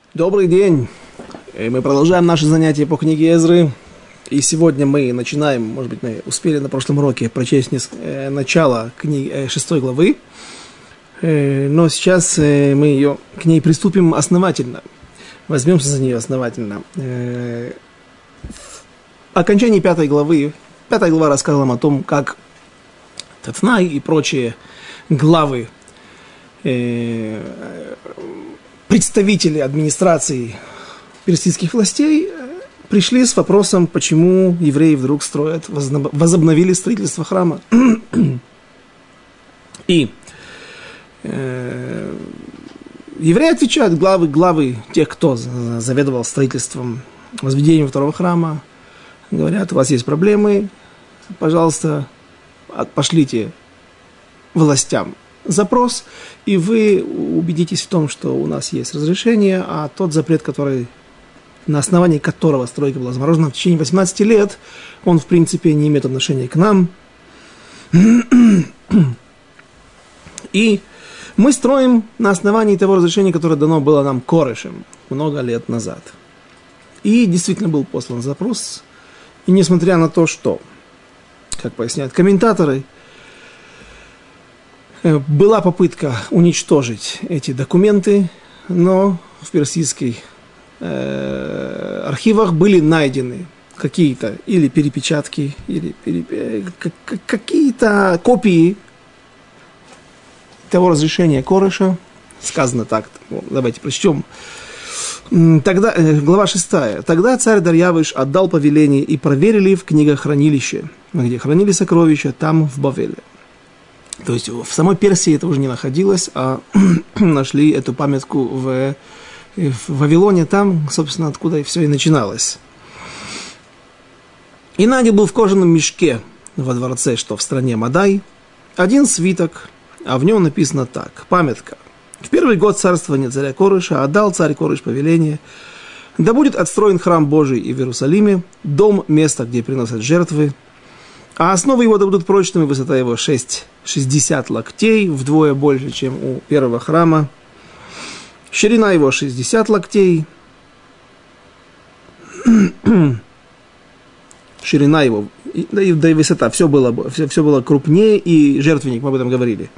Добрый день! Мы продолжаем наши занятия по книге Эзры. И сегодня мы начинаем, может быть, мы успели на прошлом уроке прочесть начало книги 6 главы. Но сейчас мы к ней приступим основательно. Возьмемся за нее основательно. В окончании 5 главы, 5 глава рассказала нам о том, как Татнай и прочие главы, представители администрации персидских властей пришли с вопросом, почему евреи вдруг возобновили строительство храма. И евреи отвечают, главы тех, кто заведовал строительством, возведением второго храма, говорят: у вас есть проблемы, пожалуйста, пошлите властям запрос, и вы убедитесь в том, что у нас есть разрешение, а тот запрет, на основании которого стройка была заморожена в течение 18 лет, он, в принципе, не имеет отношения к нам. И мы строим на основании того разрешения, которое дано было нам Корешем много лет назад. И действительно был послан запрос, и несмотря на то, что, как поясняют комментаторы, была попытка уничтожить эти документы, но в персидских архивах были найдены какие-то или перепечатки, или какие-то копии того разрешения Кореша. Сказано так, давайте прочтем. Тогда, глава 6. Тогда царь Дарьявыш отдал повеление, и проверили в книгохранилище, где хранили сокровища, там, в Бавеле. То есть в самой Персии это уже не находилось, а нашли эту памятку в Вавилоне, там, собственно, откуда все и начиналось. И найден был в кожаном мешке во дворце, что в стране Мадай, один свиток, а в нем написано так: памятка. В первый год царствования царя Кореша отдал царь Кореш повеление: да будет отстроен храм Божий и в Иерусалиме, дом, место, где приносят жертвы, а основы его да будут прочными, высота его 60 локтей, вдвое больше, чем у первого храма. Ширина его 60 локтей. Ширина его, да и высота, все было крупнее, и жертвенник, мы об этом говорили.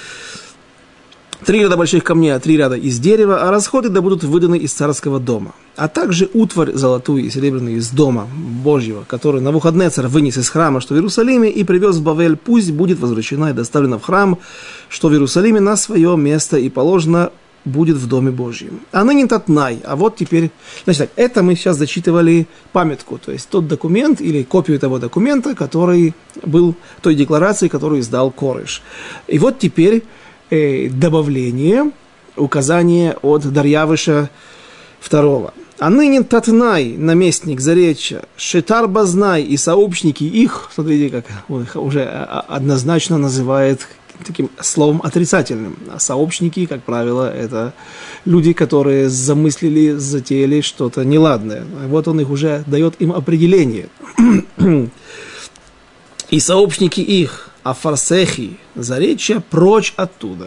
3 ряда больших камней, а 3 ряда из дерева, а расходы да будут выданы из царского дома. А также утварь золотую и серебряную из дома Божьего, который Навуходнецар вынес из храма, что в Иерусалиме, и привез в Бавель, пусть будет возвращена и доставлена в храм, что в Иерусалиме, на свое место, и положено будет в Доме Божьем. А ныне Татнай. А вот теперь, значит так, это мы сейчас зачитывали памятку, то есть тот документ или копию того документа, который был той декларации, которую издал Кореш. И вот теперь добавление, указание от Дарьявыша II. А ныне Татнай, наместник Заречья, Шетар Базнай и сообщники их, смотрите, как он их уже однозначно называет таким словом отрицательным. А сообщники, как правило, это люди, которые затеяли что-то неладное. Вот он их уже дает им определение. И сообщники их, Афарсехи, Заречья, прочь оттуда.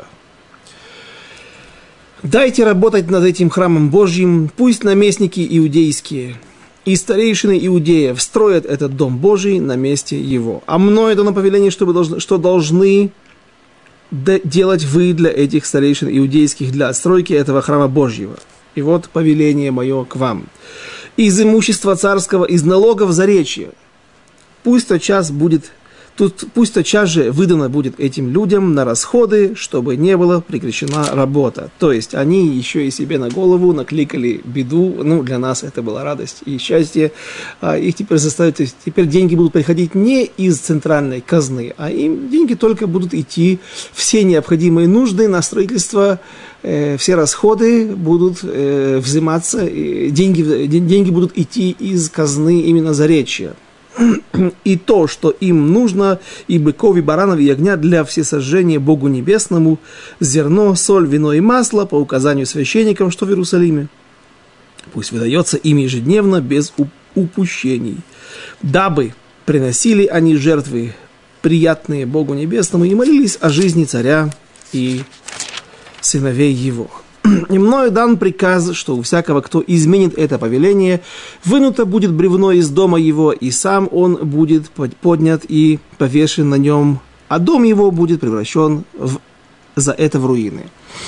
Дайте работать над этим храмом Божьим, пусть наместники иудейские и старейшины иудеев строят этот дом Божий на месте его. А мною дано повеление, что должны делать вы для этих старейшин иудейских для отстройки этого храма Божьего. И вот повеление мое к вам. Из имущества царского, из налогов Заречья, пусть тотчас же выдано будет этим людям на расходы, чтобы не была прекращена работа. То есть они еще и себе на голову накликали беду. Для нас это была радость и счастье. Их теперь заставят, то есть теперь деньги будут приходить не из центральной казны, а им деньги только будут идти, все необходимые нужды на строительство, все расходы будут взиматься, деньги будут идти из казны именно Заречья. И то, что им нужно, и быков, и баранов, и ягнят для всесожжения Богу Небесному, зерно, соль, вино и масло по указанию священникам, что в Иерусалиме, пусть выдается им ежедневно без упущений, дабы приносили они жертвы приятные Богу Небесному и молились о жизни царя и сыновей его. И мною дан приказ, что у всякого, кто изменит это повеление, вынуто будет бревно из дома его, и сам он будет поднят и повешен на нем, а дом его будет превращен за это в руины.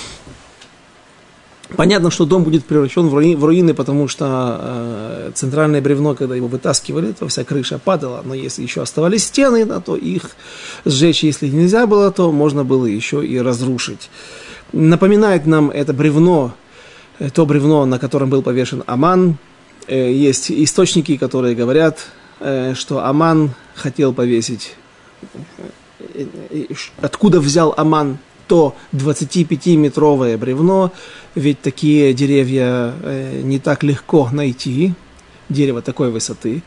Понятно, что дом будет превращен в руины, потому что центральное бревно, когда его вытаскивали, то вся крыша падала, но если еще оставались стены, то их сжечь, если нельзя было, то можно было еще и разрушить. Напоминает нам это бревно, то бревно, на котором был повешен Аман. Есть источники, которые говорят, что Аман хотел повесить, откуда взял Аман то 25-метровое бревно, ведь такие деревья не так легко найти, дерево такой высоты.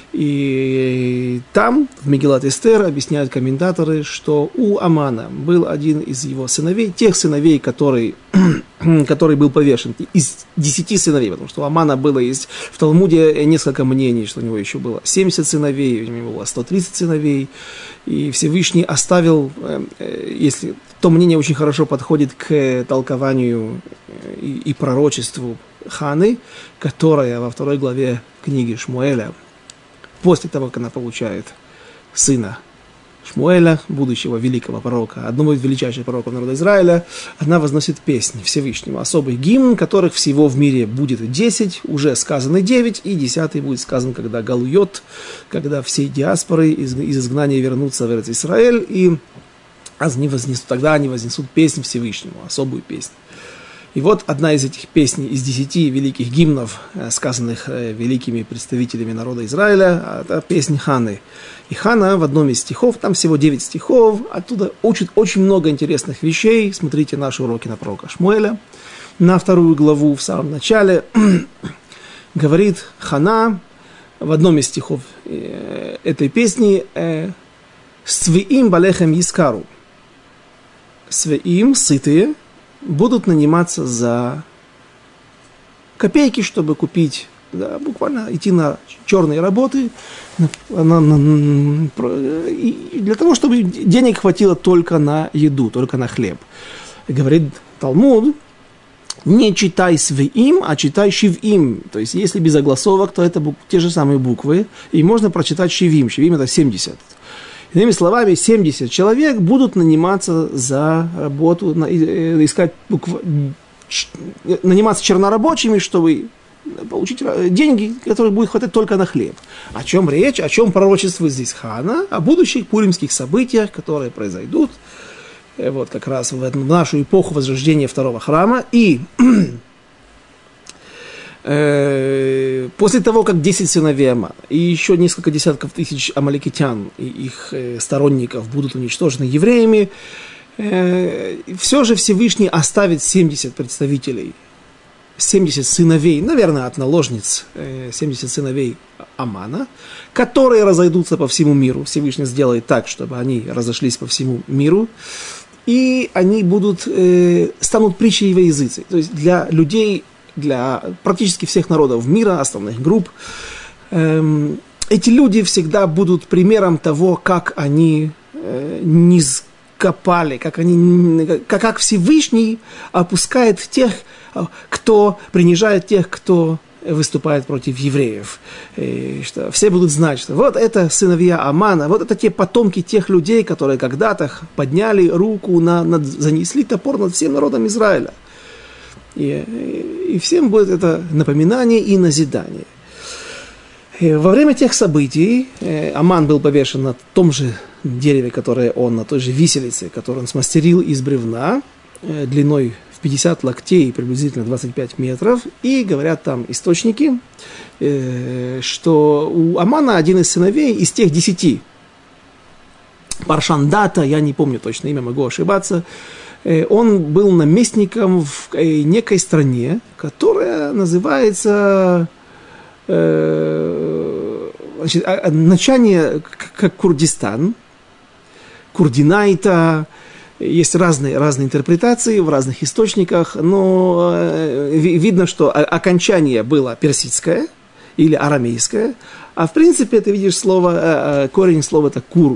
И там, в Мегилат Эстер, объясняют комментаторы, что у Амана был один из его сыновей, тех сыновей, который был повешен, из 10 сыновей, потому что у Амана было есть в Талмуде несколько мнений, что у него еще было 70 сыновей, у него было 130 сыновей, и Всевышний оставил, если то мнение очень хорошо подходит к толкованию и пророчеству Ханы, которая во 2 главе книги Шмуэля, после того, как она получает сына Шмуэля, будущего великого пророка, одного из величайших пророков народа Израиля, она возносит песни Всевышнему, особый гимн, которых всего в мире будет 10, уже сказаны 9, и 10 будет сказан, когда Галуйот, когда все диаспоры из изгнания вернутся в Эрец-Исраэль, и тогда они вознесут песнь Всевышнему, особую песню. И вот одна из этих песней, из 10 великих гимнов, сказанных великими представителями народа Израиля, это песня Ханы. И Хана в одном из стихов, там всего 9 стихов, оттуда учит очень много интересных вещей. Смотрите наши уроки на пророка Шмуэля. На 2 главу, в самом начале, говорит Хана в одном из стихов этой песни «Свеим балехем искару». Свеим, сытые, будут наниматься за копейки, чтобы купить, да, буквально идти на черные работы, для того, чтобы денег хватило только на еду, только на хлеб. И говорит Талмуд, не читай свеим, а читай шивим. То есть, если без огласовок, то это те же самые буквы, и можно прочитать шивим. Шивим это 70. Иными словами, 70 человек будут наниматься за работу, наниматься чернорабочими, чтобы получить деньги, которые будут хватать только на хлеб. О чем речь, о чем пророчествует здесь Хана? О будущих пуримских событиях, которые произойдут вот как раз в нашу эпоху возрождения второго храма. И после того, как 10 сыновей Амана и еще несколько десятков тысяч амаликитян и их сторонников будут уничтожены евреями, все же Всевышний оставит 70 представителей, 70 сыновей, наверное, от наложниц, 70 сыновей Амана, которые разойдутся по всему миру. Всевышний сделает так, чтобы они разошлись по всему миру, и они станут притчей во языце. То есть для людей, для практически всех народов мира, основных групп, эти люди всегда будут примером того, как они низкопали, как Всевышний опускает тех, кто принижает тех, кто выступает против евреев. И что все будут знать, что вот это сыновья Амана, вот это те потомки тех людей, которые когда-то подняли руку, занесли топор над всем народом Израиля. И всем будет это напоминание и назидание. И во время тех событий Аман был повешен на том же дереве, на той же виселице, которую он смастерил из бревна, длиной в 50 локтей, приблизительно 25 метров. И говорят там источники, что у Амана один из сыновей из тех 10, Паршандата, я не помню точно имя, могу ошибаться, он был наместником в некой стране, которая называется, начание как Курдистан, Курдинайта. Есть разные интерпретации в разных источниках, но видно, что окончание было персидское или арамейское, А в принципе, ты видишь корень слова это кур.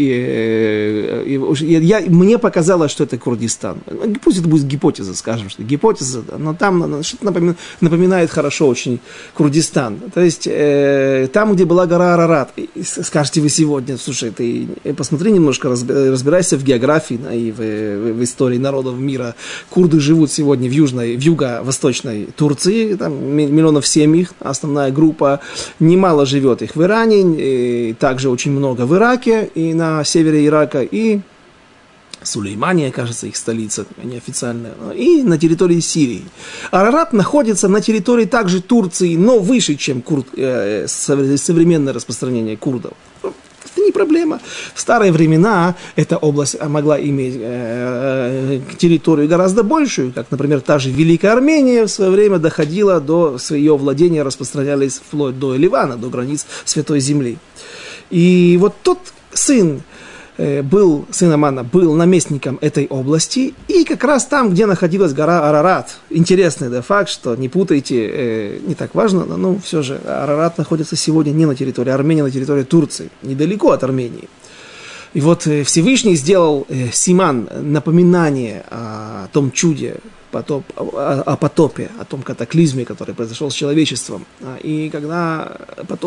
Мне показалось, что это Курдистан. Пусть это будет гипотеза, скажем, что гипотеза, но там что-то напоминает хорошо очень Курдистан. То есть там, где была гора Арарат. Скажете вы сегодня, слушай, ты посмотри немножко, разбирайся в географии и в истории народов мира. Курды живут сегодня в юго-восточной Турции, там 7 миллионов их, основная группа. Немало живет их в Иране, и также очень много в Ираке, и на севере Ирака, и Сулеймания, кажется, их столица, неофициальная, и на территории Сирии. Арарат находится на территории также Турции, но выше, чем современное распространение курдов. Это не проблема. В старые времена эта область могла иметь территорию гораздо большую, как, например, та же Великая Армения в свое время доходила до ее владения, распространялись вплоть до Ливана, до границ Святой Земли. И вот тот сын Амана был наместником этой области, и как раз там, где находилась гора Арарат. Интересный факт, что не путайте, не так важно, но все же Арарат находится сегодня не на территории Армении, а на территории Турции, недалеко от Армении. И вот Всевышний сделал симан, напоминание о том чуде, о потопе, о том катаклизме, который произошел с человечеством. И когда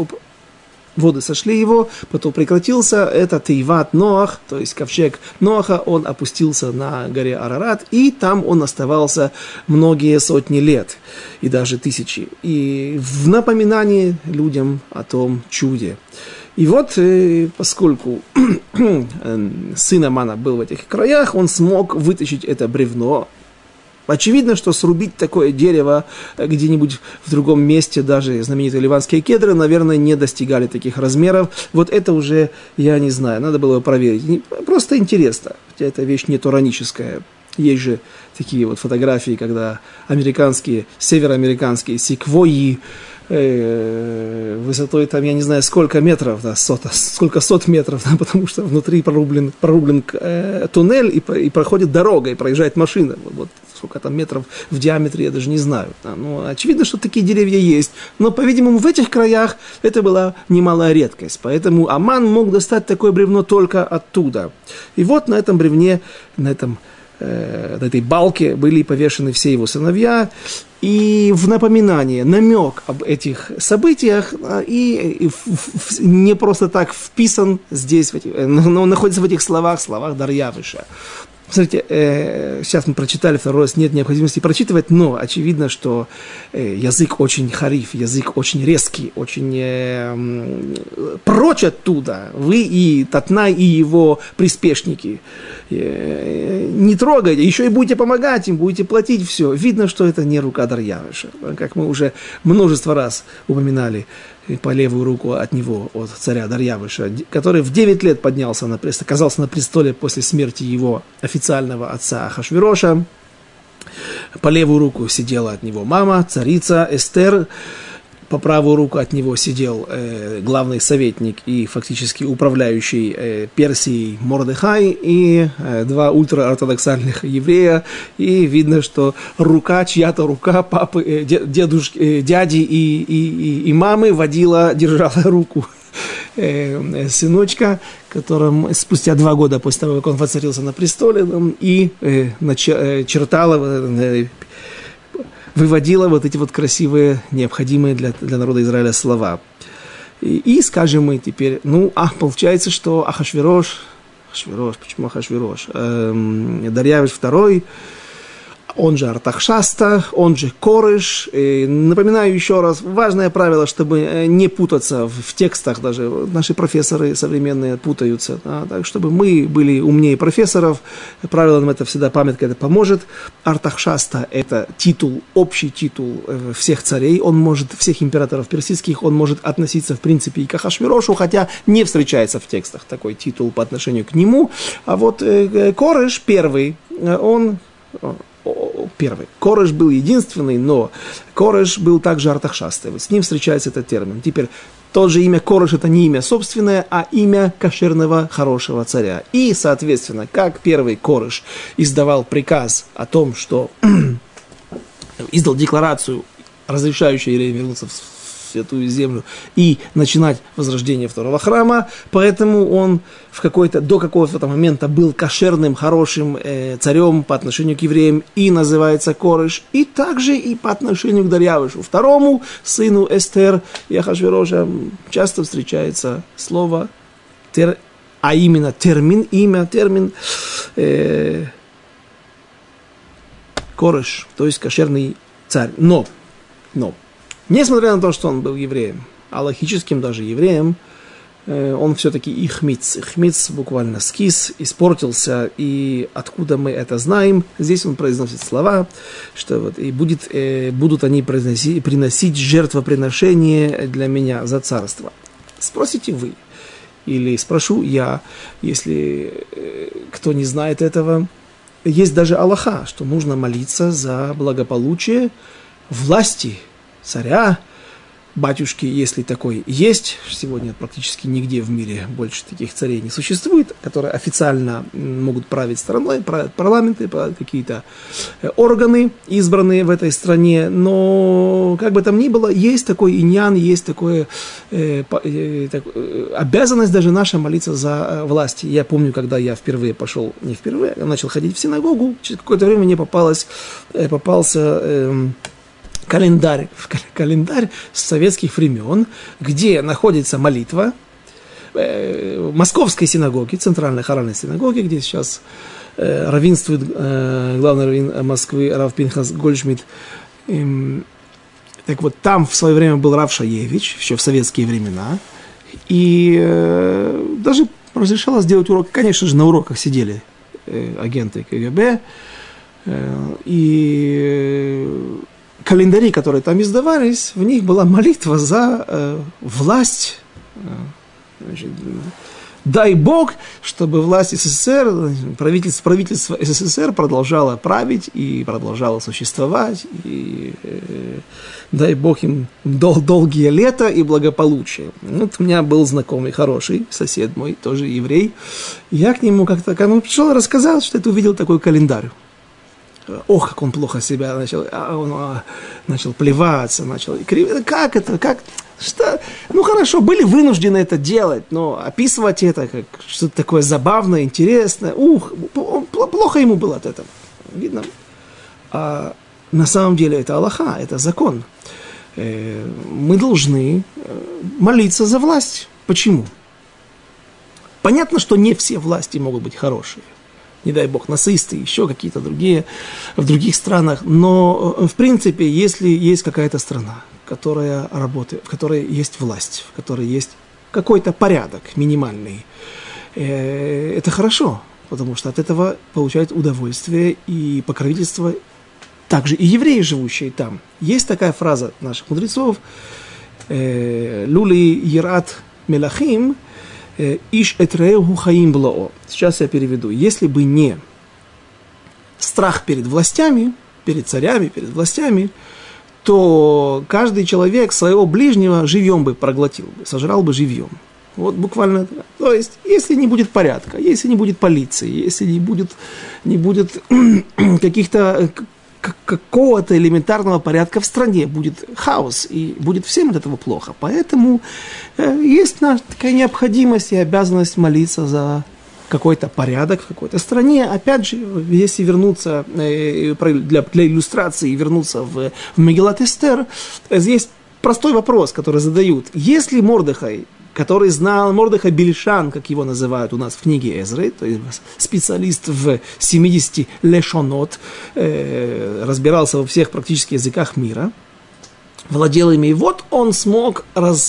воды сошли его, потом прекратился, это Тейват Ноах, то есть ковчег Ноаха, он опустился на горе Арарат, и там он оставался многие сотни лет, и даже тысячи, и в напоминании людям о том чуде. И вот, поскольку сын Амана был в этих краях, он смог вытащить это бревно. Очевидно, что срубить такое дерево где-нибудь в другом месте, даже знаменитые ливанские кедры, наверное, не достигали таких размеров. Вот это уже, я не знаю, надо было проверить. Просто интересно, хотя эта вещь не тораническая. Есть же такие вот фотографии, когда североамериканские секвойи высотой там, я не знаю, сколько метров, да, сколько сот метров, да, потому что внутри прорублен туннель и проходит дорога, и проезжает машина. Вот сколько там метров в диаметре, я даже не знаю. Да. Ну, очевидно, что такие деревья есть, но, по-видимому, в этих краях это была немалая редкость. Поэтому Аман мог достать такое бревно только оттуда. И вот на этом бревне, на этой балке были повешены все его сыновья. И в напоминание, намек об этих событиях, и не просто так вписан здесь, но находится в этих словах Дарьявыша. Смотрите, сейчас мы прочитали второй раз, нет необходимости прочитывать, но очевидно, что язык очень хариф, язык очень резкий, очень прочь оттуда. Вы и Татнай, и его приспешники. Не трогайте, еще и будете помогать им, будете платить все. Видно, что это не рука Дарьявыша, как мы уже множество раз упоминали. По левую руку от него, от царя Дарьявыша, который в 9 лет оказался на престоле после смерти его официального отца Ахашвироша. По левую руку сидела от него мама, царица Эстер. По правую руку от него сидел главный советник и фактически управляющий Персией Мордехай и 2 ультраортодоксальных еврея. И видно, что чья-то рука папы, дяди и мамы держала руку сыночка, которым спустя 2 года после того, как он воцарился на престоле, и выводила вот эти вот красивые, необходимые для народа Израиля слова. И скажем мы теперь, получается, что Ахашвирош, почему Ахашвирош? Дарьявиш II, он же Артахшаста, он же Кореш. И напоминаю еще раз, важное правило, чтобы не путаться в текстах, даже наши профессоры современные путаются, да, так, чтобы мы были умнее профессоров, правило нам это всегда, памятка это поможет. Артахшаста – это общий титул всех царей, всех императоров персидских, он может относиться, в принципе, и к Ахашвирошу, хотя не встречается в текстах такой титул по отношению к нему. А вот Кореш первый, первый. Кореш был единственный, но Кореш был также Артахшастой. С ним встречается этот термин. Теперь, тот же имя Кореш – это не имя собственное, а имя кошерного, хорошего царя. И, соответственно, как первый Кореш издавал приказ о том, что издал декларацию, разрешающую евреям вернуться в Святую Землю и начинать возрождение второго храма, поэтому он до какого-то момента был кошерным, хорошим царем по отношению к евреям и называется Кореш, и также и по отношению к Дарьявышу, второму сыну Эстер и Ахашвероша часто встречается слово, а именно термин Кореш, то есть кошерный царь. Но, несмотря на то, что он был евреем, алахическим даже евреем, он все-таки ихмиц. Ихмиц буквально скис, испортился, и откуда мы это знаем? Здесь он произносит слова, что вот, и будут они приносить жертвоприношение для меня за царство. Спросите вы, или спрошу я, если кто не знает этого. Есть даже алаха, что нужно молиться за благополучие власти царя, батюшки, если такой есть. Сегодня практически нигде в мире больше таких царей не существует, которые официально могут править страной, правят парламенты, правят какие-то органы, избранные в этой стране. Но, как бы там ни было, есть такой иньян, есть такое обязанность даже наша молиться за власти. Я помню, когда я начал ходить в синагогу, через какое-то время мне попался календарь с советских времен, где находится молитва Московской синагоги, центральной хоральной синагоги, где сейчас раввинствует главный раввин Москвы Рав Пинхас Гольдшмидт. Так вот, там в свое время был Рав Шаевич, еще в советские времена, и даже разрешалось делать уроки. Конечно же, на уроках сидели агенты КГБ, и календари, которые там издавались, в них была молитва за власть. Значит, дай Бог, чтобы власть СССР, правительство СССР продолжало править и продолжало существовать. И дай Бог им долгие лета и благополучие. Вот у меня был знакомый хороший, сосед мой, тоже еврей. Я к нему как-то пришел и рассказал, что это увидел такой календарь. Ох, как он плохо себя начал плеваться, начал кривить. Как это? Что? Ну хорошо, были вынуждены это делать, но описывать это как что-то такое забавное, интересное. Плохо ему было от этого. Видно. А на самом деле это алаха, это закон. Мы должны молиться за власть. Почему? Понятно, что не все власти могут быть хорошие. Не дай бог, нацисты, еще какие-то другие, в других странах. Но, в принципе, если есть какая-то страна, которая работает, в которой есть власть, в которой есть какой-то порядок минимальный, это хорошо, потому что от этого получают удовольствие и покровительство также и евреи, живущие там. Есть такая фраза наших мудрецов: «Люли ерат мелахим, иш этреуху хаим блоо». Сейчас я переведу. Если бы не страх перед властями, перед царями, перед властями, то каждый человек своего ближнего живьем бы проглотил бы, сожрал бы живьем. Вот буквально. То есть, если не будет порядка, если не будет полиции, если не будет какого-то элементарного порядка в стране, будет хаос, и будет всем от этого плохо. Поэтому есть такая необходимость и обязанность молиться за какой-то порядок в какой-то стране. Опять же, если вернуться, для иллюстрации, вернуться в Мегилат Эстер, здесь простой вопрос, который задают. Если Мордехай, который знал Мордехай Бильшан, как его называют у нас в книге Эзры, то есть специалист в 70 лешонот, разбирался во всех практически языках мира, владел ими, и вот он смог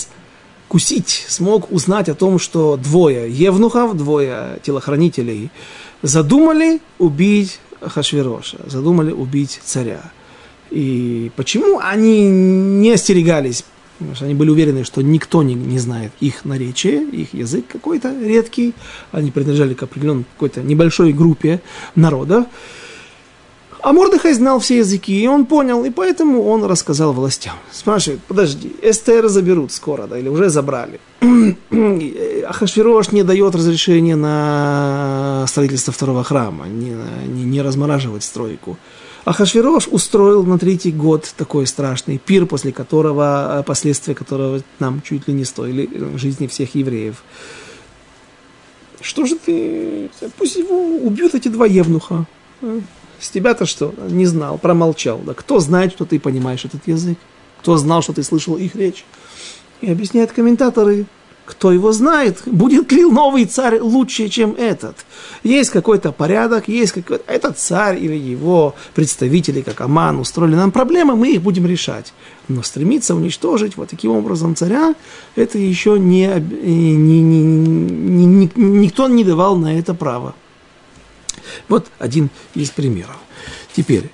смог узнать о том, что двое евнухов, двое телохранителей задумали убить Ахашвероша, задумали убить царя. И почему они не остерегались? Потому что они были уверены, что никто не знает их наречие, их язык какой-то редкий. Они принадлежали к определенной какой-то небольшой группе народов. А Мордехай знал все языки, и он понял, и поэтому он рассказал властям. Спрашивает: подожди, Эстер заберут скоро, да, или уже забрали? Ахашверош не дает разрешения на строительство второго храма, не размораживать стройку. Ахашвирош устроил на 3-й год такой страшный пир, после которого, последствия которого нам чуть ли не стоили жизни всех евреев. Что же ты... Пусть его убьют эти 2 евнуха. С тебя-то что? Не знал, промолчал. Да кто знает, что ты понимаешь этот язык? Кто знал, что ты слышал их речь? И объясняют комментаторы, кто его знает, будет ли новый царь лучше, чем этот. Есть какой-то порядок, есть какой-то... Этот царь или его представители, как Аман, устроили нам проблемы, мы их будем решать. Но стремиться уничтожить вот таким образом царя, это еще никто не давал на это права. Вот один из примеров. Теперь,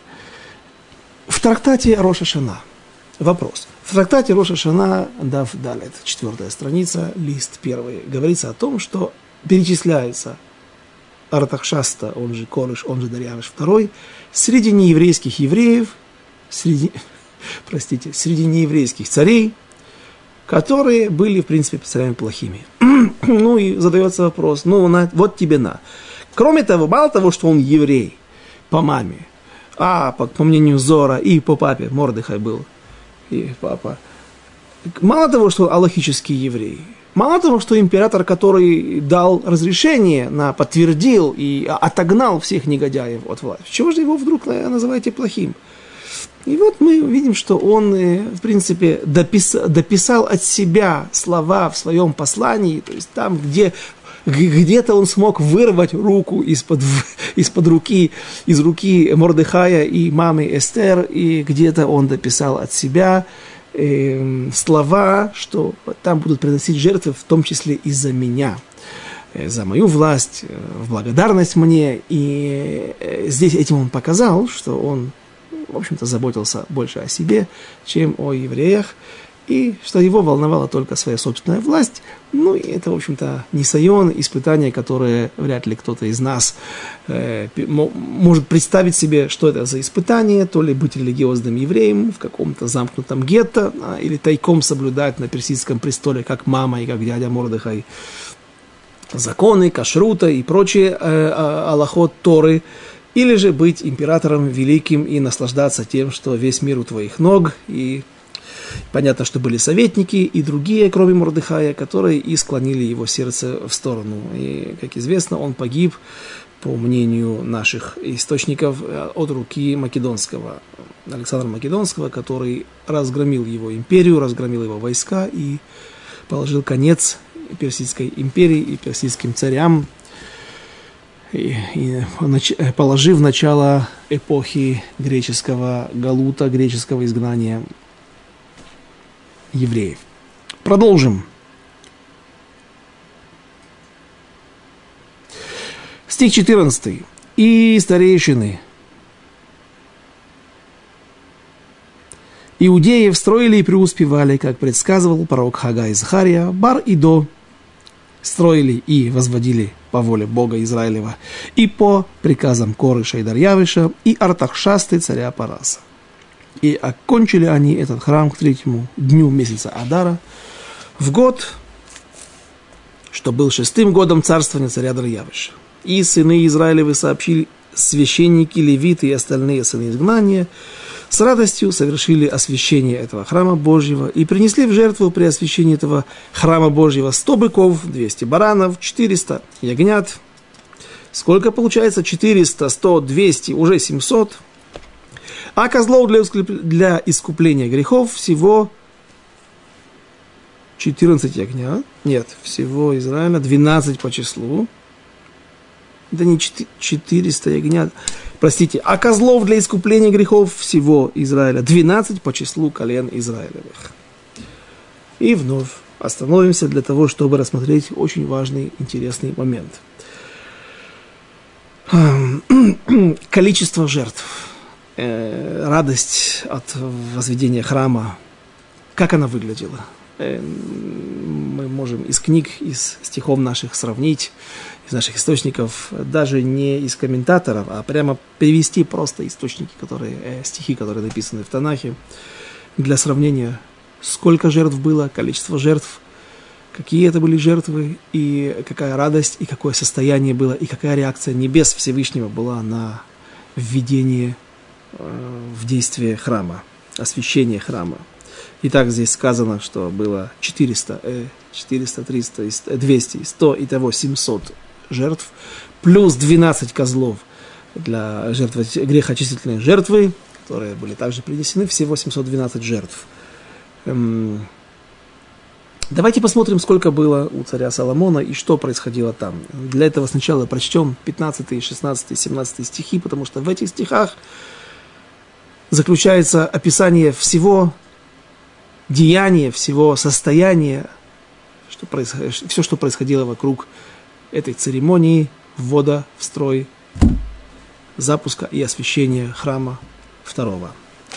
в трактате Рош ха-Шана вопрос. В трактате Рош ха-Шана, Дав Далет, 4-я страница, лист 1, говорится о том, что перечисляется Артахшаста, он же Корыш, он же Дарьявиш II, среди нееврейских евреев, среди нееврейских царей, которые были, в принципе, царями плохими. Ну и задается вопрос, вот тебе на. Кроме того, мало того, что он еврей по маме, по мнению Зора и по папе, Мордехай был, и папа. Мало того, что аллахический еврей, мало того, что император, который дал разрешение, подтвердил и отогнал всех негодяев от власти, чего же его вдруг называете плохим? И вот мы видим, что он, в принципе, дописал от себя слова в своем послании, то есть там, где-то он смог вырвать руку из руки Мордехая и мамы Эстер, и где-то он дописал от себя слова, что там будут приносить жертвы, в том числе и за меня, за мою власть, в благодарность мне. И здесь этим он показал, что он, в общем-то, заботился больше о себе, чем о евреях, и что его волновала только своя собственная власть. Ну, и это, в общем-то, нисайон, испытание, которое вряд ли кто-то из нас может представить себе, что это за испытание, то ли быть религиозным евреем в каком-то замкнутом гетто, или тайком соблюдать на персидском престоле, как мама и как дядя Мордехай, законы, кашрута и прочие алахот Торы, или же быть императором великим и наслаждаться тем, что весь мир у твоих ног. И понятно, что были советники и другие, кроме Мордехая, которые и склонили его сердце в сторону. И, как известно, он погиб, по мнению наших источников, от руки Македонского, Александра Македонского, который разгромил его империю, разгромил его войска и положил конец Персидской империи и персидским царям, и положив начало эпохи греческого галута, греческого изгнания евреев. Продолжим. Стих 14. И старейшины иудеев строили и преуспевали, как предсказывал пророк Хагай Захария, Бар-Идо, строили и возводили по воле Бога Израилева и по приказам Корыша и Дарьявиша и Артахшасты царя Параса. И окончили они этот храм к 3-му дню месяца Адара, в год, что был 6-м годом царствования царя Дарьявиша. И сыны Израилевы сообщили священники, левиты и остальные сыны изгнания, с радостью совершили освящение этого храма Божьего и принесли в жертву при освящении этого храма Божьего 100 быков, 200 баранов, 400 ягнят. Сколько получается? 400, 100, 200, уже 700. А козлов для искупления грехов всего 14 ягнят. Нет, всего Израиля 12 по числу. Да не 400 ягнят. Простите, а козлов для искупления грехов всего Израиля 12 по числу колен Израилевых. И вновь остановимся для того, чтобы рассмотреть очень важный, интересный момент. Количество жертв. Радость от возведения храма. Как она выглядела? Мы можем из книг, из стихов наших сравнить, из наших источников, даже не из комментаторов, а прямо перевести просто источники, стихи, которые написаны в Танахе, для сравнения, сколько жертв было, количество жертв, какие это были жертвы, и какая радость, и какое состояние было, и какая реакция небес Всевышнего была на введение в действие храма, освящение храма. И так здесь сказано, что было 400, 300, 200, 100, итого 700 жертв, плюс 12 козлов для жертвы, грехоочистительной жертвы, которые были также принесены, всего 712 жертв. Давайте посмотрим, сколько было у царя Соломона и что происходило там. Для этого сначала прочтем 15, 16, 17 стихи, потому что в этих стихах заключается описание всего деяния, всего состояния, все, что происходило вокруг этой церемонии ввода в строй, запуска и освящения храма второго.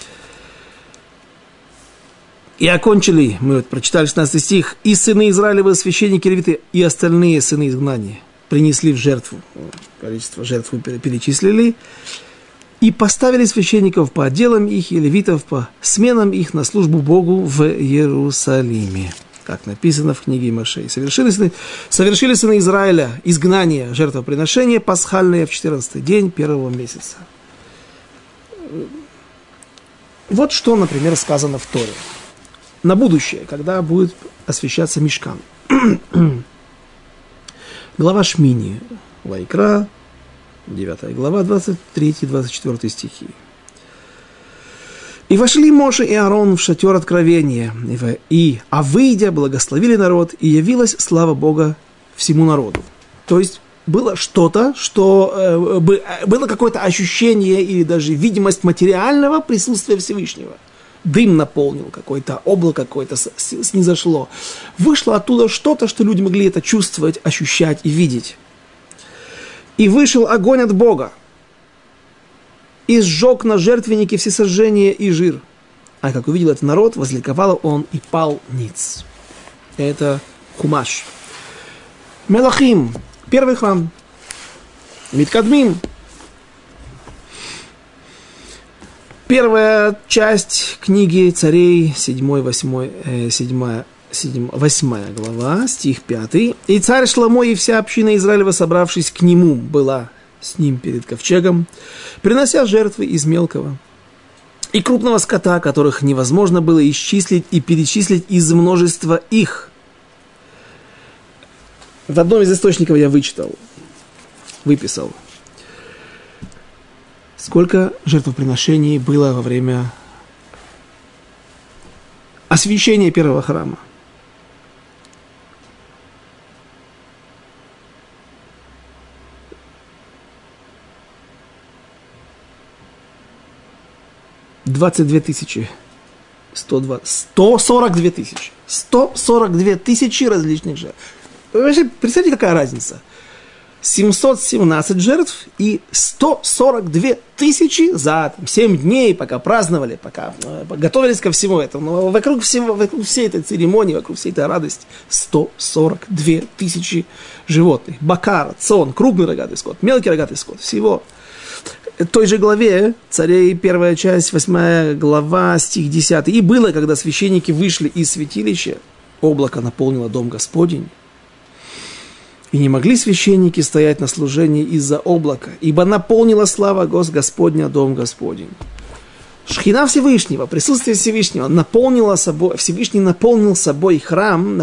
И окончили, мы вот прочитали 16 стих, и сыны Израилевы, священники, левиты, и остальные сыны изгнания принесли в жертву, количество жертв перечислили, и поставили священников по отделам их и левитов по сменам их на службу Богу в Иерусалиме. Как написано в книге Мошей. Совершили сыны Израиля изгнание, жертвоприношение пасхальное в 14-й день первого месяца. Вот что, например, сказано в Торе. На будущее, когда будет освящаться Мишкан. Глава Шмини, Вайкра, 9 глава, 23-24 стихи. «И вошли Моше и Аарон в шатер откровения, а выйдя, благословили народ, и явилась слава Бога всему народу». То есть было что-то, что было какое-то ощущение или даже видимость материального присутствия Всевышнего. Дым наполнил, какое-то облако какое-то снизошло. Вышло оттуда что-то, что люди могли это чувствовать, ощущать и видеть. «И вышел огонь от Бога, и сжег на жертвеннике всесожжение и жир. А как увидел этот народ, возликовал он и пал ниц». Это Хумаш. Мелахим. Первый храм. Миткадмим. Первая часть книги Царей, 8 глава, стих 5. «И царь Шломо и вся община Израилева, собравшись к нему, была с ним перед ковчегом, принося жертвы из мелкого и крупного скота, которых невозможно было исчислить и перечислить из множества их». В одном из источников я выписал, сколько жертвоприношений было во время освящения первого храма. $142 тысячи различных жертв. Вы вообще представьте, какая разница? 717 жертв и 142 тысячи за 7 дней, пока праздновали, пока готовились ко всему этому. Но вокруг всей этой церемонии, вокруг всей этой радости 142 тысячи животных. Бакар, цон, крупный рогатый скот, мелкий рогатый скот, всего. В той же главе, Царей, первая часть, 8 глава, стих 10. «И было, когда священники вышли из святилища, облако наполнило дом Господень, и не могли священники стоять на служении из-за облака, ибо наполнила слава Господня дом Господень». Шхина Всевышнего, присутствие Всевышнего наполнило собой, Всевышний наполнил собой храм,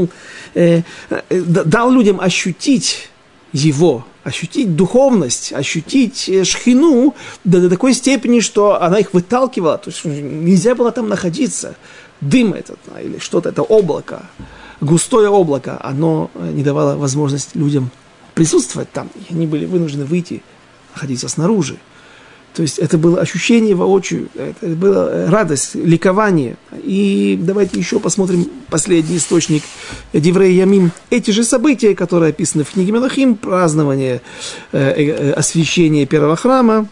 дал людям ощутить его, ощутить духовность, ощутить шхину до такой степени, что она их выталкивала, то есть нельзя было там находиться. Дым этот, или что-то, это облако, густое облако, оно не давало возможность людям присутствовать там. И они были вынуждены выйти, находиться снаружи. То есть это было ощущение воочию, это была радость, ликование. И давайте еще посмотрим последний источник Деврей Ямим. Эти же события, которые описаны в книге Мелахим, празднование освящения первого храма,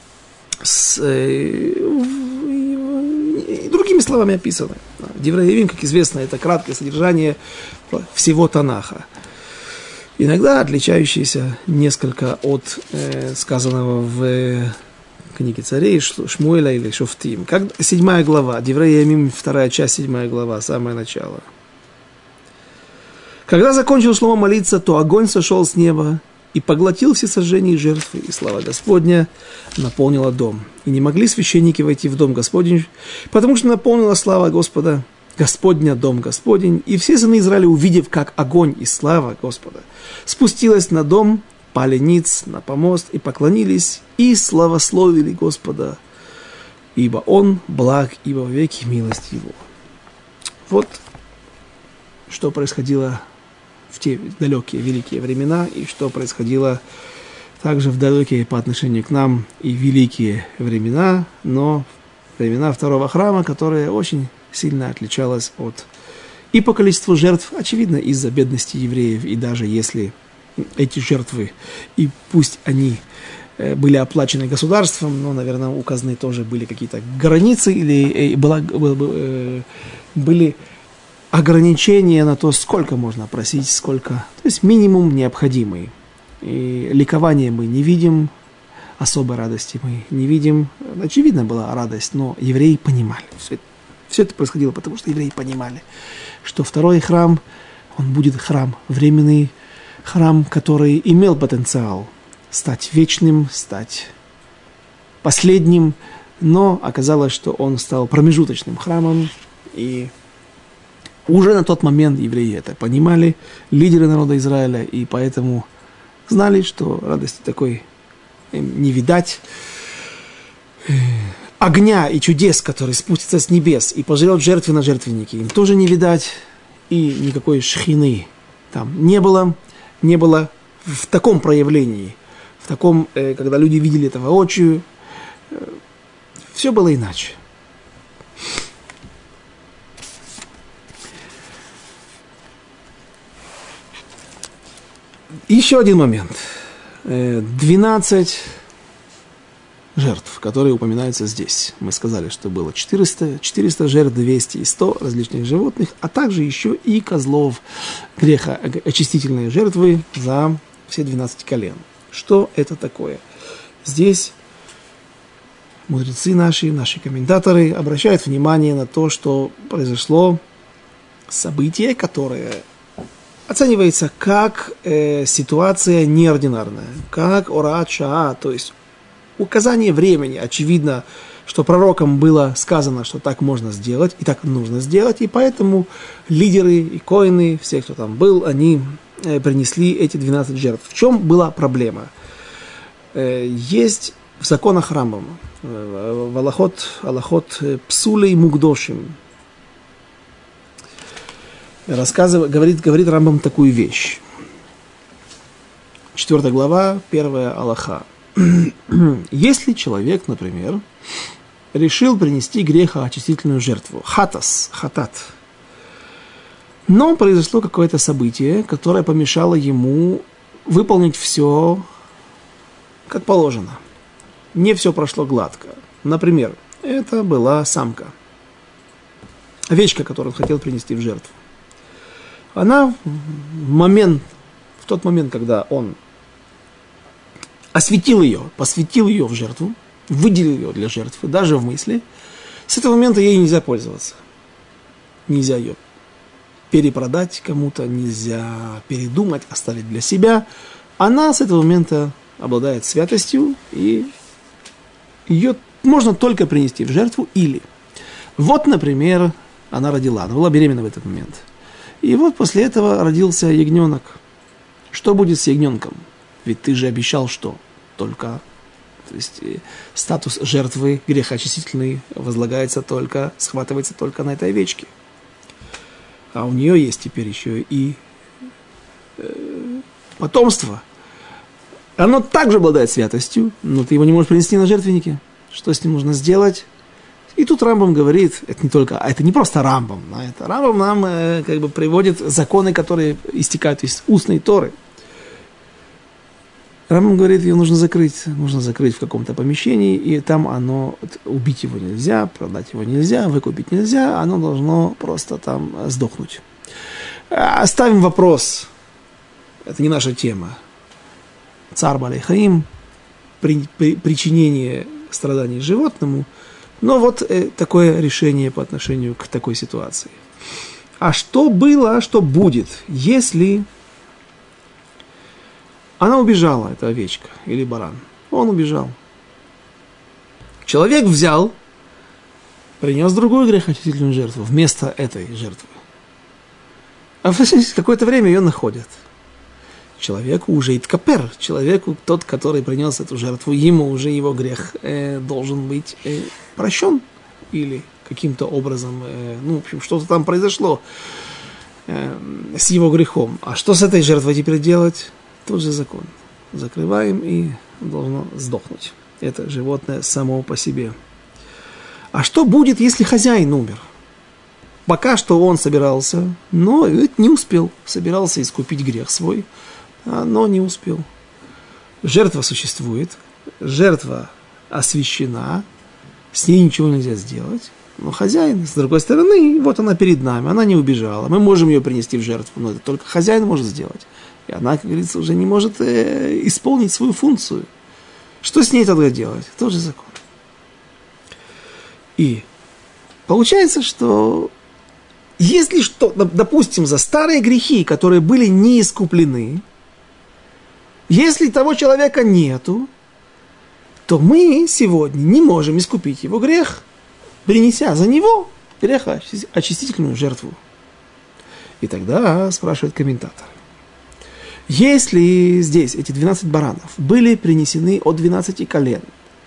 другими словами описаны. Деврей Ямим, как известно, это краткое содержание всего Танаха. Иногда отличающееся несколько от сказанного в книги Царей, Шмуэля или Шофтим. Как 7 глава, Деврей Ямим, 2 часть, 7 глава, самое начало. «Когда закончил Шломо молиться, то огонь сошел с неба и поглотил все сожжения и жертвы, и слава Господня наполнила дом. И не могли священники войти в дом Господень, потому что наполнила слава Господа, Господня дом Господень, и все сыны Израиля, увидев, как огонь и слава Господа спустилась на дом, пали ниц на помост и поклонились, и славословили Господа, ибо Он благ, ибо вовеки милость Его. Вот что происходило в те далекие великие времена, и что происходило также в далекие по отношению к нам и великие времена, но времена второго храма, которая очень сильно отличалась от и по количеству жертв, очевидно, из-за бедности евреев, и даже если эти жертвы, и пусть они были оплачены государством, но, наверное, у казны тоже были какие-то границы, или были ограничения на то, сколько можно просить, сколько, то есть минимум необходимый. И ликования мы не видим, особой радости мы не видим. Очевидно была радость, но евреи понимали. Все это происходило, потому что евреи понимали, что второй храм, он будет храм временный, храм, который имел потенциал стать вечным, стать последним, но оказалось, что он стал промежуточным храмом, и уже на тот момент евреи это понимали, лидеры народа Израиля, и поэтому знали, что радости такой им не видать. Огня и чудес, который спустится с небес и пожрет жертвы на жертвеннике, им тоже не видать, и никакой шхины там не было в таком проявлении, в таком, когда люди видели это воочию, все было иначе. Еще один момент. 12 жертв, которые упоминаются здесь. Мы сказали, что было 400 жертв, 200 и 100 различных животных, а также еще и козлов, грехоочистительные жертвы за все 12 колен. Что это такое? Здесь мудрецы наши комментаторы обращают внимание на то, что произошло событие, которое оценивается как ситуация неординарная, как ораат шаа, то есть указание времени. Очевидно, что пророкам было сказано, что так можно сделать и так нужно сделать, и поэтому лидеры и коэны, все, кто там был, они принесли эти 12 жертв. В чем была проблема? Есть в законах Рамбама, в Алахот Псулей Мугдошим, говорит Рамбам такую вещь. 4 глава, 1 Алаха. Если человек, например, решил принести грехоочистительную жертву, хатат, но произошло какое-то событие, которое помешало ему выполнить все как положено. Не все прошло гладко. Например, это была самка, овечка, которую он хотел принести в жертву. Она в тот момент, когда он посвятил ее в жертву, выделил ее для жертвы, даже в мысли, с этого момента ей нельзя пользоваться. Нельзя ее перепродать кому-то, нельзя передумать, оставить для себя. Она с этого момента обладает святостью, и ее можно только принести в жертву или... Вот, например, она родила, она была беременна в этот момент. И вот после этого родился ягненок. Что будет с ягненком? Ведь ты же обещал, что только, то есть статус жертвы грехоочистительный схватывается только на этой овечке. А у нее есть теперь еще и потомство. Оно также обладает святостью, но ты его не можешь принести на жертвеннике. Что с ним нужно сделать? И тут Рамбам говорит, это не просто Рамбам, а это Рамбам нам приводит законы, которые истекают из устной Торы. Рамбам говорит, ее нужно закрыть в каком-то помещении, и там убить его нельзя, продать его нельзя, выкупить нельзя, оно должно просто там сдохнуть. Оставим вопрос, это не наша тема. Цар Баалей Хаим, причинение страданий животному, но вот такое решение по отношению к такой ситуации. А что было, что будет, если Она убежала, эта овечка или баран. Он убежал. Человек взял, принес другую грехочистительную жертву вместо этой жертвы. А в какое-то время ее находят. Человеку уже иткапер, человеку, тот, который принес эту жертву, ему уже его грех должен быть прощен. Или каким-то образом, в общем, что-то там произошло с его грехом. А что с этой жертвой теперь делать? Тот же закон. Закрываем и должно сдохнуть. Это животное само по себе. А что будет, если хозяин умер? Пока что он собирался, но не успел. Собирался искупить грех свой, но не успел. Жертва существует, жертва освящена, с ней ничего нельзя сделать. Но хозяин, с другой стороны, вот она перед нами, она не убежала. Мы можем ее принести в жертву, но это только хозяин может сделать. И она, как говорится, уже не может исполнить свою функцию. Что с ней тогда делать? Тоже закон. И получается, что если что, допустим, за старые грехи, которые были не искуплены, если того человека нету, то мы сегодня не можем искупить его грех, принеся за него грехоочистительную жертву. И тогда спрашивает комментатор. Если здесь эти 12 баранов были принесены от 12 колен,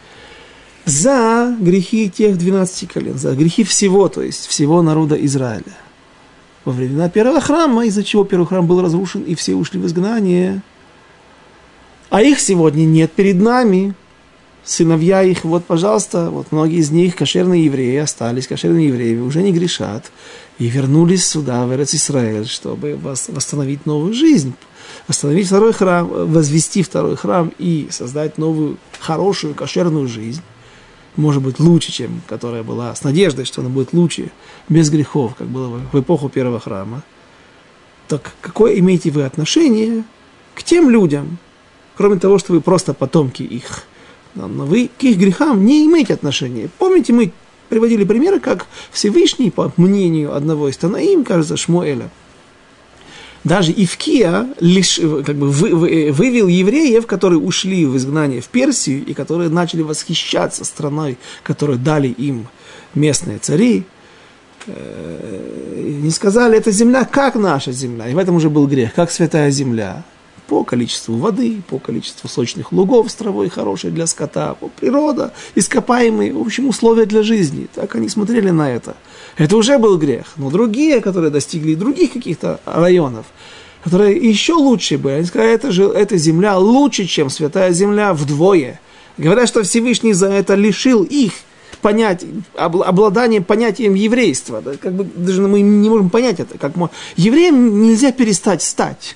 за грехи тех 12 колен, за грехи всего, то есть всего народа Израиля, во времена первого храма, из-за чего первый храм был разрушен, и все ушли в изгнание, а их сегодня нет перед нами, сыновья их, вот, пожалуйста, вот многие из них, кошерные евреи, остались кошерными евреями, уже не грешат, и вернулись сюда, в Эрец-Исраэль, чтобы восстановить новую жизнь, восстановить второй храм, возвести второй храм и создать новую, хорошую, кошерную жизнь, может быть, лучше, чем которая была, с надеждой, что она будет лучше, без грехов, как было в эпоху первого храма. Так какое имеете вы отношение к тем людям, кроме того, что вы просто потомки их? Но вы к их грехам не имеете отношения. Помните, мы приводили примеры, как Всевышний, по мнению одного из Танаим, кажется, Шмуэля, даже Ивкия вывел евреев, которые ушли в изгнание в Персию и которые начали восхищаться страной, которую дали им местные цари. Не сказали, эта земля как наша земля. И в этом уже был грех, как святая земля. По количеству воды, по количеству сочных лугов с травой хорошей для скота, по природа, ископаемые, в общем, условия для жизни. Так они смотрели на это. Это уже был грех. Но другие, которые достигли других каких-то районов, которые еще лучше были, они сказали, эта земля лучше, чем святая земля вдвое. Говорят, что Всевышний за это лишил их обладания понятием еврейства. Да, как бы даже мы не можем понять это. Евреем нельзя перестать стать.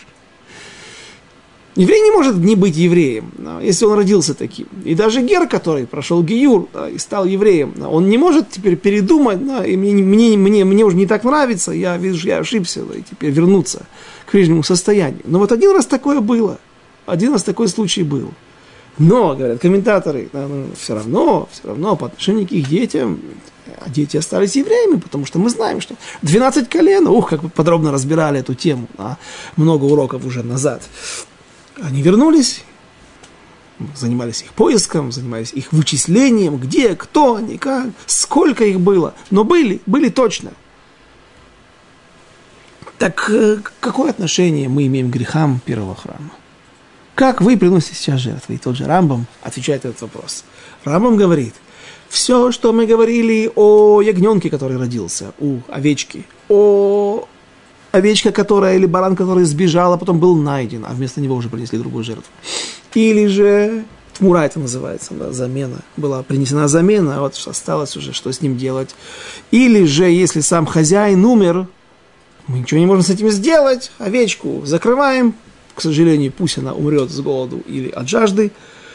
Еврей не может не быть евреем, если он родился таким. И даже Гер, который прошел гиюр и стал евреем, он не может теперь передумать, и мне уже не так нравится, я вижу, что я ошибся, и теперь вернуться к прежнему состоянию. Но вот один раз такое было, один раз такой случай был. Но, говорят комментаторы, все равно по отношению к их детям, дети остались евреями, потому что мы знаем, что 12 колен, как мы подробно разбирали эту тему, много уроков уже назад. Они вернулись, занимались их поиском, занимались их вычислением, где, кто они, как, сколько их было. Но были точно. Так какое отношение мы имеем к грехам первого храма? Как вы приносите сейчас жертвы? И тот же Рамбам отвечает на этот вопрос. Рамбам говорит, все, что мы говорили о ягненке, который родился, у овечки, о овечка, которая, или баран, который сбежал, а потом был найден, а вместо него уже принесли другую жертву. Или же, тмура это называется, да, замена, была принесена замена, а вот осталось уже, что с ним делать. Или же, если сам хозяин умер, мы ничего не можем с этим сделать, овечку закрываем, к сожалению, пусть она умрет с голоду или от жажды.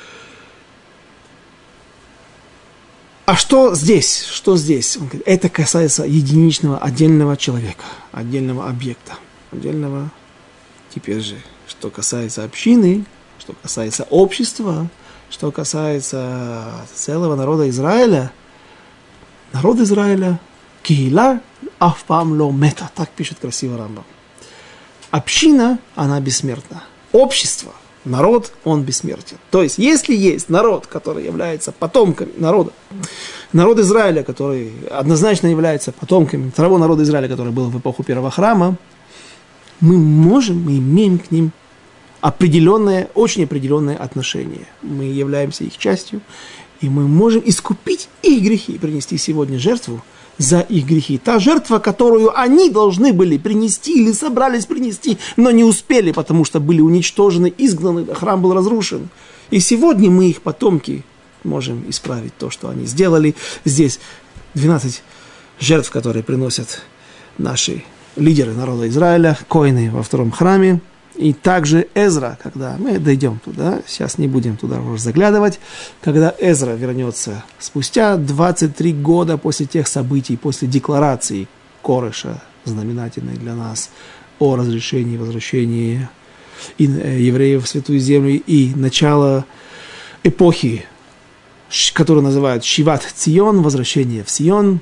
А что здесь? Что здесь? Он говорит, это касается единичного, отдельного человека, отдельного объекта, отдельного. Теперь же, что касается общины, что касается общества, что касается целого народа Израиля, народ Израиля, кихила афпам ло мета, так пишет красиво Рамбам. Община, она бессмертна. Общество, народ, он бессмертен. То есть, если есть народ, который является потомками народа, народ Израиля, который однозначно является потомками того народа Израиля, который был в эпоху первого храма, мы имеем к ним определенное, очень определенное отношение. Мы являемся их частью, и мы можем искупить их грехи и принести сегодня жертву за их грехи. Та жертва, которую они должны были принести или собрались принести, но не успели, потому что были уничтожены, изгнаны, храм был разрушен. И сегодня мы, их потомки, можем исправить то, что они сделали. Здесь 12 жертв, которые приносят наши лидеры народа Израиля, коины во втором храме. И также Эзра, когда мы дойдем туда, сейчас не будем туда уже заглядывать, когда Эзра вернется спустя 23 года после тех событий, после декларации Кореша, знаменательной для нас, о разрешении и возвращении евреев в Святую Землю и начало эпохи, которую называют Шиват Цион, возвращение в Сион.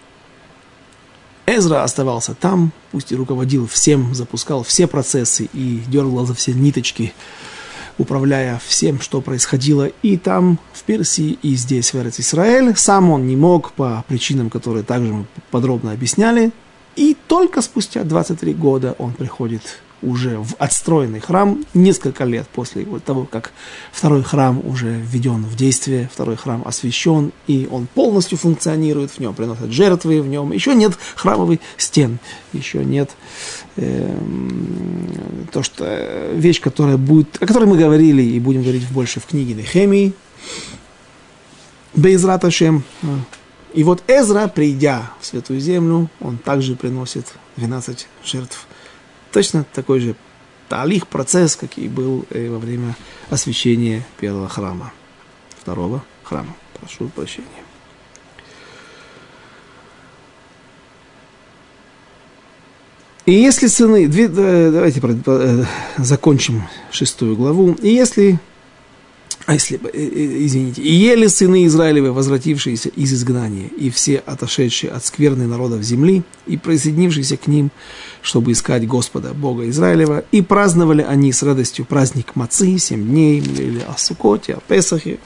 Эзра оставался там, пусть и руководил всем, запускал все процессы и дергал за все ниточки, управляя всем, что происходило и там, в Персии, и здесь, в Эрец-Исраэль. Сам он не мог по причинам, которые также мы подробно объясняли. И только спустя 23 года он приходит уже в отстроенный храм, несколько лет после того, как второй храм уже введен в действие, второй храм освящен, и он полностью функционирует, в нем приносят жертвы, в нем еще нет храмовых стен, еще нет вещь, которая будет, о которой мы говорили и будем говорить больше в книге Нехемии, Бе'езрат Ашем. И вот Эзра, придя в Святую Землю, он также приносит 12 жертв. Точно такой же талих, процесс, как и был во время освящения первого храма, второго храма. Прошу прощения. И если сыны, давайте закончим 6 главу. И ели сыны Израилевы, возвратившиеся из изгнания, и все отошедшие от скверны народов земли, и присоединившиеся к ним, чтобы искать Господа, Бога Израилева, и праздновали они с радостью праздник Мацы, 7 дней, или о Суккоте, о Песахе,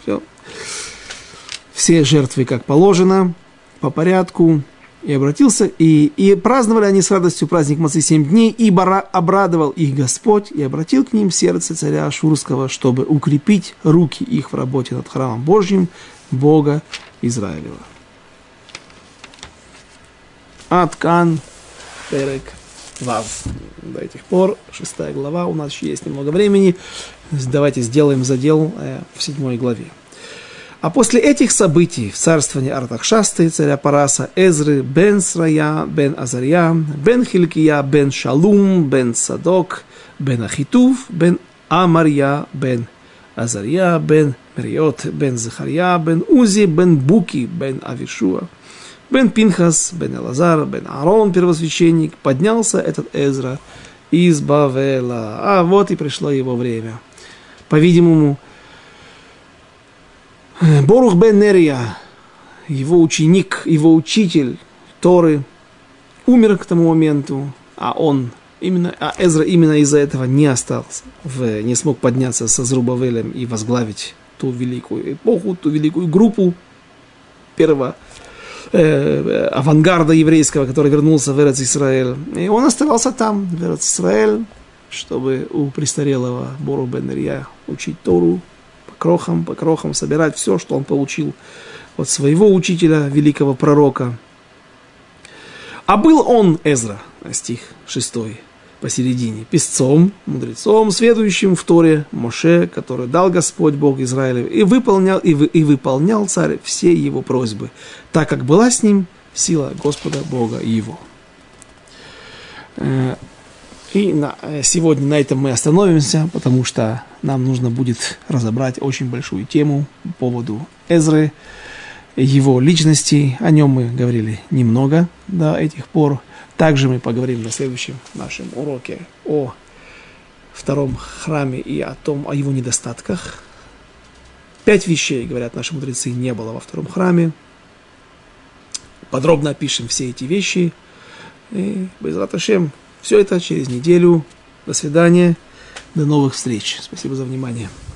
все жертвы, как положено, по порядку, и праздновали они с радостью праздник Мацы 7 дней, ибо обрадовал их Господь, и обратил к ним сердце царя Ашурского, чтобы укрепить руки их в работе над храмом Божьим, Бога Израилева. Аткан Перек Вав. До этих пор 6 глава, у нас еще есть немного времени, давайте сделаем задел в 7 главе. А после этих событий в царствовании Артахшасты, царя Параса, Эзры, бен Срая, бен Азарья, бен Хилкия, бен Шалум, бен Садок, бен Ахитув, бен Амарья, бен Азарья, бен Мериот, бен Захарья, бен Узи, бен Буки, бен Авишуа, бен Пинхас, бен Элазар, бен Аарон, первосвященник, поднялся этот Эзра из Бавела. А вот и пришло его время. По-видимому, Борух бен Нерия, его ученик, его учитель Торы, умер к тому моменту, а Эзра именно из-за этого не остался, не смог подняться со Зрубавелем и возглавить ту великую эпоху, ту великую группу первого авангарда еврейского, который вернулся в Эрец-Исраэль. И он оставался там, в Эрец-Исраэль, чтобы у престарелого Борух бен Нерия учить Тору, по крохам собирать все, что он получил от своего учителя, великого пророка. А был он, Эзра, стих 6, посередине, писцом, мудрецом, сведущим в Торе Моше, который дал Господь Бог Израилев, и выполнял царь все его просьбы, так как была с ним сила Господа Бога его. И сегодня на этом мы остановимся, потому что нам нужно будет разобрать очень большую тему по поводу Эзры, его личности. О нем мы говорили немного до этих пор. Также мы поговорим на следующем нашем уроке о втором храме и о его недостатках. 5 вещей, говорят наши мудрецы, не было во втором храме. Подробно опишем все эти вещи. И Бе'езрат Ашем, все это через неделю. До свидания. До новых встреч. Спасибо за внимание.